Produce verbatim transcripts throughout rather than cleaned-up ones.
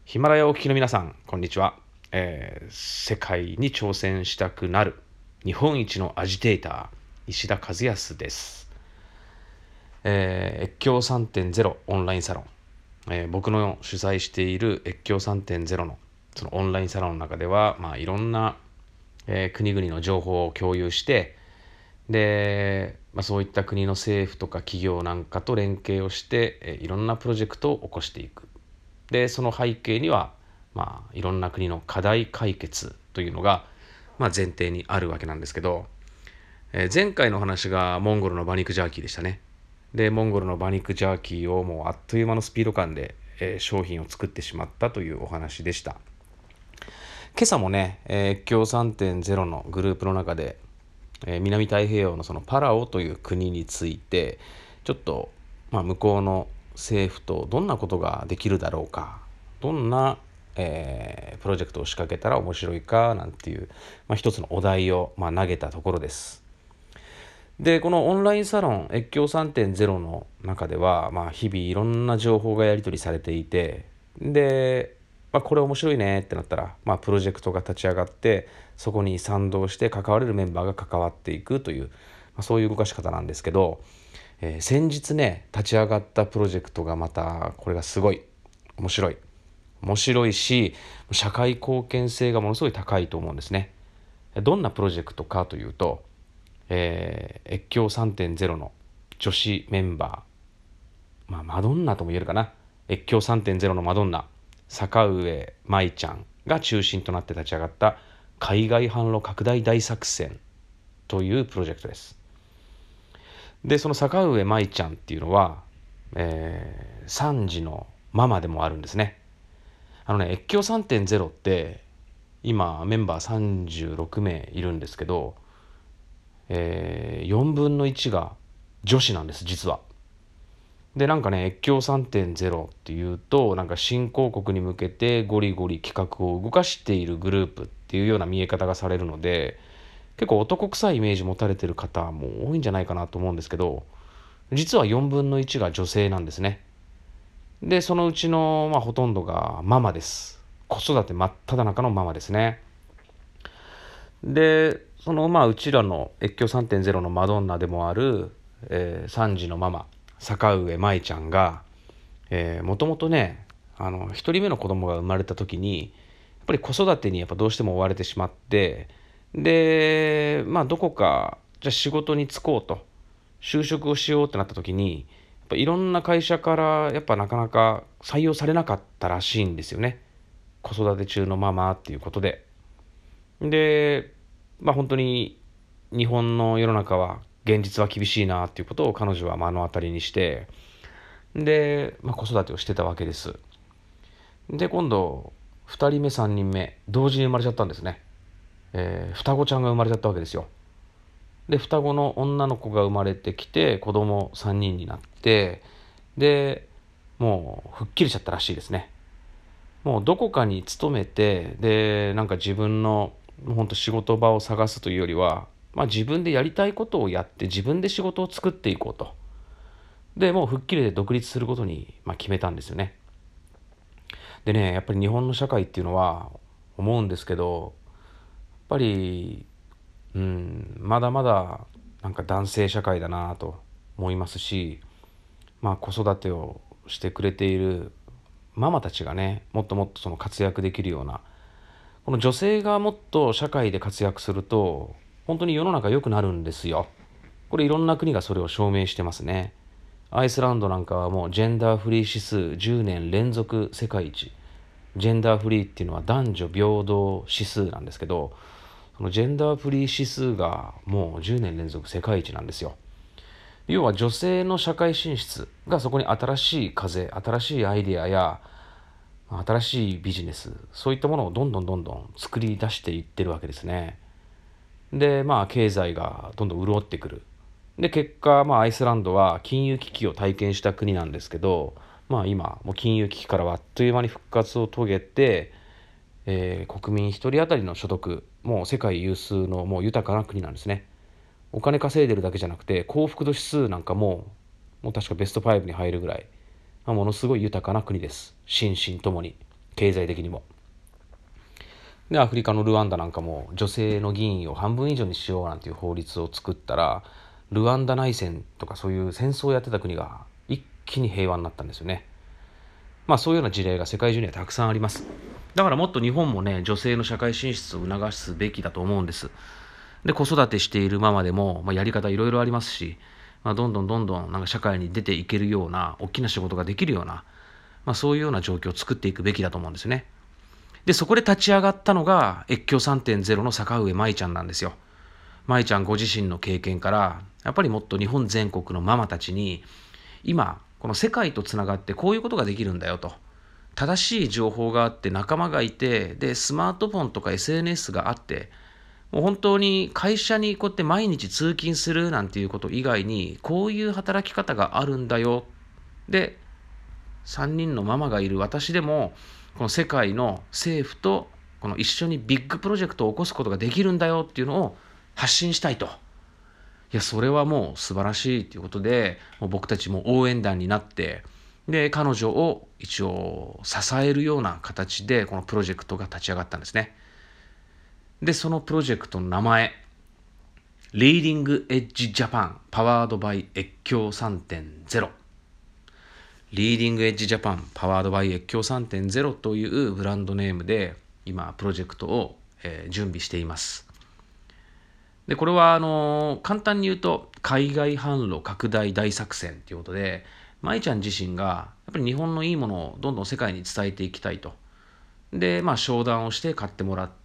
ヒマラヤをお聞きの皆さん、こんにちは、えー世界に挑戦したくなる日本一のアジテーター、石田和康です。えー越境 さんてんゼロ オンラインサロン、えー僕の主催している越境 さんてんゼロ のそのオンラインサロンの中では、まあ、いろんな、えー国々の情報を共有してで、まあ、そういった国の政府とか企業なんかと連携をして、えーいろんなプロジェクトを起こしていく。でその背景には、まあ、いろんな国の課題解決というのが、まあ、前提にあるわけなんですけど、えー前回の話がモンゴルの馬肉ジャーキーでしたね。でモンゴルの馬肉ジャーキーをもうあっという間のスピード感で、えー商品を作ってしまったというお話でした。今朝もね、えー越境 さんてんゼロ のグループの中で、えー南太平洋のそのパラオという国についてちょっと、まあ、向こうの政府とどんなことができるだろうか、どんな、えープロジェクトを仕掛けたら面白いかなんていう、まあ、一つのお題を、まあ、投げたところです。でこのオンラインサロン越境 さんてんゼロ の中では、まあ、日々いろんな情報がやり取りされていて、で、まあ、これ面白いねってなったら、まあ、プロジェクトが立ち上がってそこに賛同して関われるメンバーが関わっていくという、まあ、そういう動かし方なんですけど、えー先日ね立ち上がったプロジェクトがまたこれがすごい面白い面白いし、社会貢献性がものすごい高いと思うんですね。どんなプロジェクトかというと、えー越境 さんてんゼロ の女子メンバー、まあ、マドンナとも言えるかな。越境 さんてんゼロ のマドンナ坂上舞ちゃんが中心となって立ち上がった海外販路拡大大作戦というプロジェクトです。でその坂上舞ちゃんっていうのは、えー、さん児のママでもあるんですね。あのね越境 さんてんゼロ って今メンバーさんじゅうろくめいいるんですけど、えー、よんぶんのいちが女子なんです実は。でなんかね越境 さんてんゼロ っていうとなんか新興国に向けてゴリゴリ企画を動かしているグループっていうような見え方がされるので、結構男臭いイメージ持たれてる方も多いんじゃないかなと思うんですけど、実はよんぶんのいちが女性なんですね。でそのうちの、まあ、ほとんどがママです。子育て真っ只中のママですね。でそのまあうちらの越境 さんてんゼロ のマドンナでもある、えー、さん児のママ坂上舞ちゃんがもともとねあのひとりめの子供が生まれた時にやっぱり子育てにやっぱどうしても追われてしまって、でまあどこかじゃあ仕事に就こうと就職をしようってなった時にやっぱいろんな会社からやっぱなかなか採用されなかったらしいんですよね、子育て中のママっていうことで。でまあ本当に日本の世の中は現実は厳しいなっていうことを彼女は目の当たりにして、で、まあ、子育てをしてたわけです。で今度ふたりめさんにんめ同時に生まれちゃったんですね。えー双子ちゃんが生まれちゃったわけですよ。で双子の女の子が生まれてきて子供さんにんになって、でもう吹っ切れちゃったらしいですね。もうどこかに勤めてでなんか自分の本当仕事場を探すというよりは、まあ、自分でやりたいことをやって自分で仕事を作っていこうと。でもう吹っ切れて独立することに、まあ、決めたんですよね。でねやっぱり日本の社会っていうのは思うんですけど、やっぱりうんまだまだなんか男性社会だなと思いますし、まあ子育てをしてくれているママたちがねもっともっとその活躍できるような、この女性がもっと社会で活躍すると本当に世の中良くなるんですよ。これいろんな国がそれを証明してますね。アイスランドなんかはもうジェンダーフリー指数じゅうねん連続世界一。ジェンダーフリーっていうのは男女平等指数なんですけど、そのジェンダーフリー指数がもうじゅうねん連続世界一なんですよ。要は女性の社会進出がそこに新しい風、新しいアイデアや新しいビジネス、そういったものをどんどんどんどん作り出していってるわけですね。でまあ経済がどんどん潤ってくる。で結果、まあ、アイスランドは金融危機を体験した国なんですけど、まあ、今もう金融危機からはあっという間に復活を遂げて、えー国民一人当たりの所得もう世界有数のもう豊かな国なんですね。お金稼いでるだけじゃなくて幸福度指数なんかももう確かベストファイブに入るぐらい、まあ、ものすごい豊かな国です。心身ともに経済的にも。でアフリカのルワンダなんかも女性の議員を半分以上にしようなんていう法律を作ったら、ルワンダ内戦とかそういう戦争をやってた国が一気に平和になったんですよね。まあそういうような事例が世界中にはたくさんあります。だからもっと日本もね、女性の社会進出を促すべきだと思うんです。で子育てしているママでも、まあ、やり方いろいろありますし、まあ、どんどんどんどんなんか社会に出ていけるような大きな仕事ができるような、まあ、そういうような状況を作っていくべきだと思うんですね。でそこで立ち上がったのが越境 さんてんゼロ の坂上舞ちゃんなんですよ。舞ちゃんご自身の経験からやっぱりもっと日本全国のママたちに、今この世界とつながってこういうことができるんだよと、正しい情報があって仲間がいて、でスマートフォンとか エスエヌエス があって、もう本当に会社にこうやって毎日通勤するなんていうこと以外にこういう働き方があるんだよ。でさんにんのママがいる私でもこの世界の政府とこの一緒にビッグプロジェクトを起こすことができるんだよっていうのを発信したいと。いやそれはもう素晴らしいということで、もう僕たちも応援団になって、で彼女を一応支えるような形でこのプロジェクトが立ち上がったんですね。でそのプロジェクトの名前、リーディングエッジジャパンパワードバイ越境 さんてんゼロ、 リーディングエッジジャパンパワードバイ越境 さんてんゼロ というブランドネームで今プロジェクトを、えー準備しています。でこれはあのー簡単に言うと海外販路拡大大作戦ということで、舞ちゃん自身がやっぱり日本のいいものをどんどん世界に伝えていきたいと。でまあ商談をして買ってもらって、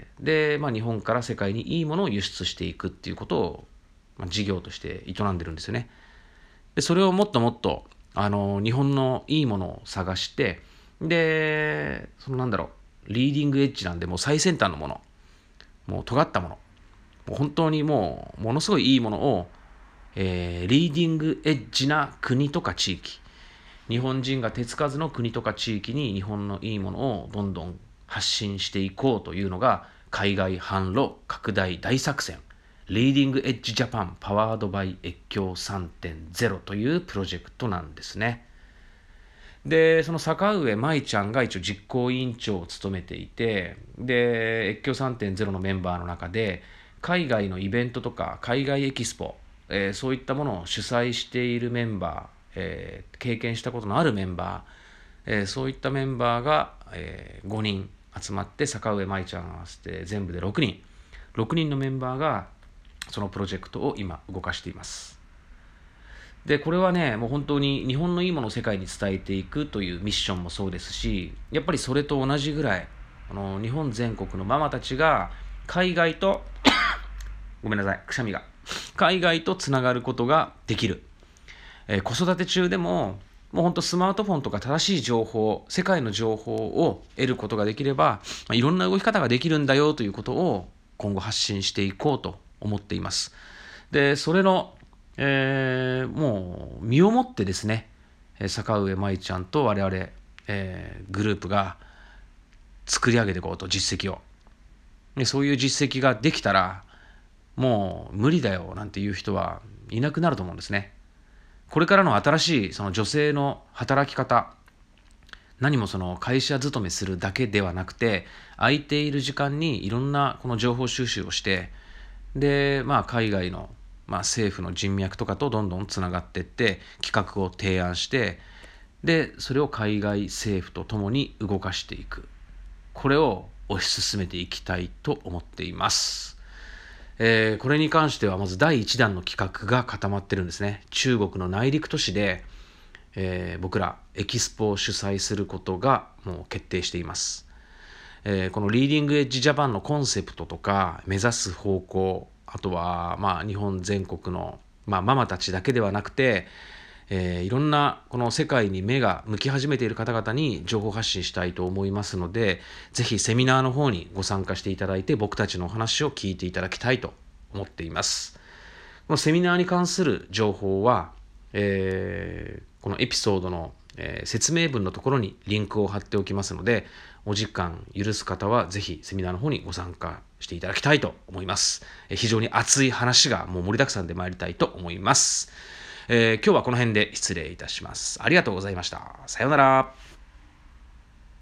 で、まあ、日本から世界にいいものを輸出していくっていうことを、まあ、事業として営んでるんですよね。でそれをもっともっとあの日本のいいものを探して、でそのなんだろう、リーディングエッジなんでもう最先端のもの、もう尖ったもの、もう本当にもうものすごいいいものを、えーリーディングエッジな国とか地域、日本人が手つかずの国とか地域に日本のいいものをどんどん発信していこうというのが海外販路拡大大作戦、リーディングエッジジャパンパワードバイ越境 さんてんゼロ というプロジェクトなんですね。でその坂上舞ちゃんが一応実行委員長を務めていて、で越境 さんてんゼロ のメンバーの中で海外のイベントとか海外エキスポ、えーそういったものを主催しているメンバー、えー経験したことのあるメンバー、えーそういったメンバーが、えーごにん集まって、坂上舞ちゃんを合わせて全部でろくにん、ろくにんのメンバーがそのプロジェクトを今動かしています。でこれはね、もう本当に日本のいいものを世界に伝えていくというミッションもそうですし、やっぱりそれと同じぐらいあの日本全国のママたちが海外とごめんなさいくしゃみが海外とつながることができる、えー子育て中でももう本当スマートフォンとか正しい情報、世界の情報を得ることができれば、まあ、いろんな動き方ができるんだよということを今後発信していこうと思っています。でそれの、えーもう身をもってですね、えー坂上舞ちゃんと我々、えーグループが作り上げていこうと、実績を。でそういう実績ができたらもう無理だよなんていう人はいなくなると思うんですね。これからの新しいその女性の働き方、何もその会社勤めするだけではなくて、空いている時間にいろんなこの情報収集をして、で、まあ、海外の、まあ、政府の人脈とかとどんどんつながっていって企画を提案して、でそれを海外政府とともに動かしていく、これを推し進めていきたいと思っています。えーこれに関してはまずだいいちだんの企画が固まってるんですね。中国の内陸都市で、えー僕らエキスポを主催することがもう決定しています。えーこのリーディングエッジジャパンのコンセプトとか目指す方向、あとはまあ日本全国の、まあ、ママたちだけではなくて、えーいろんなこの世界に目が向き始めている方々に情報発信したいと思いますので、ぜひセミナーの方にご参加していただいて僕たちのお話を聞いていただきたいと思っています。このセミナーに関する情報は、えーこのエピソードの、えー説明文のところにリンクを貼っておきますので、お時間許す方はぜひセミナーの方にご参加していただきたいと思います。えー非常に熱い話がもう盛りだくさんで参りたいと思います。えー今日はこの辺で失礼いたします。ありがとうございました。さようなら。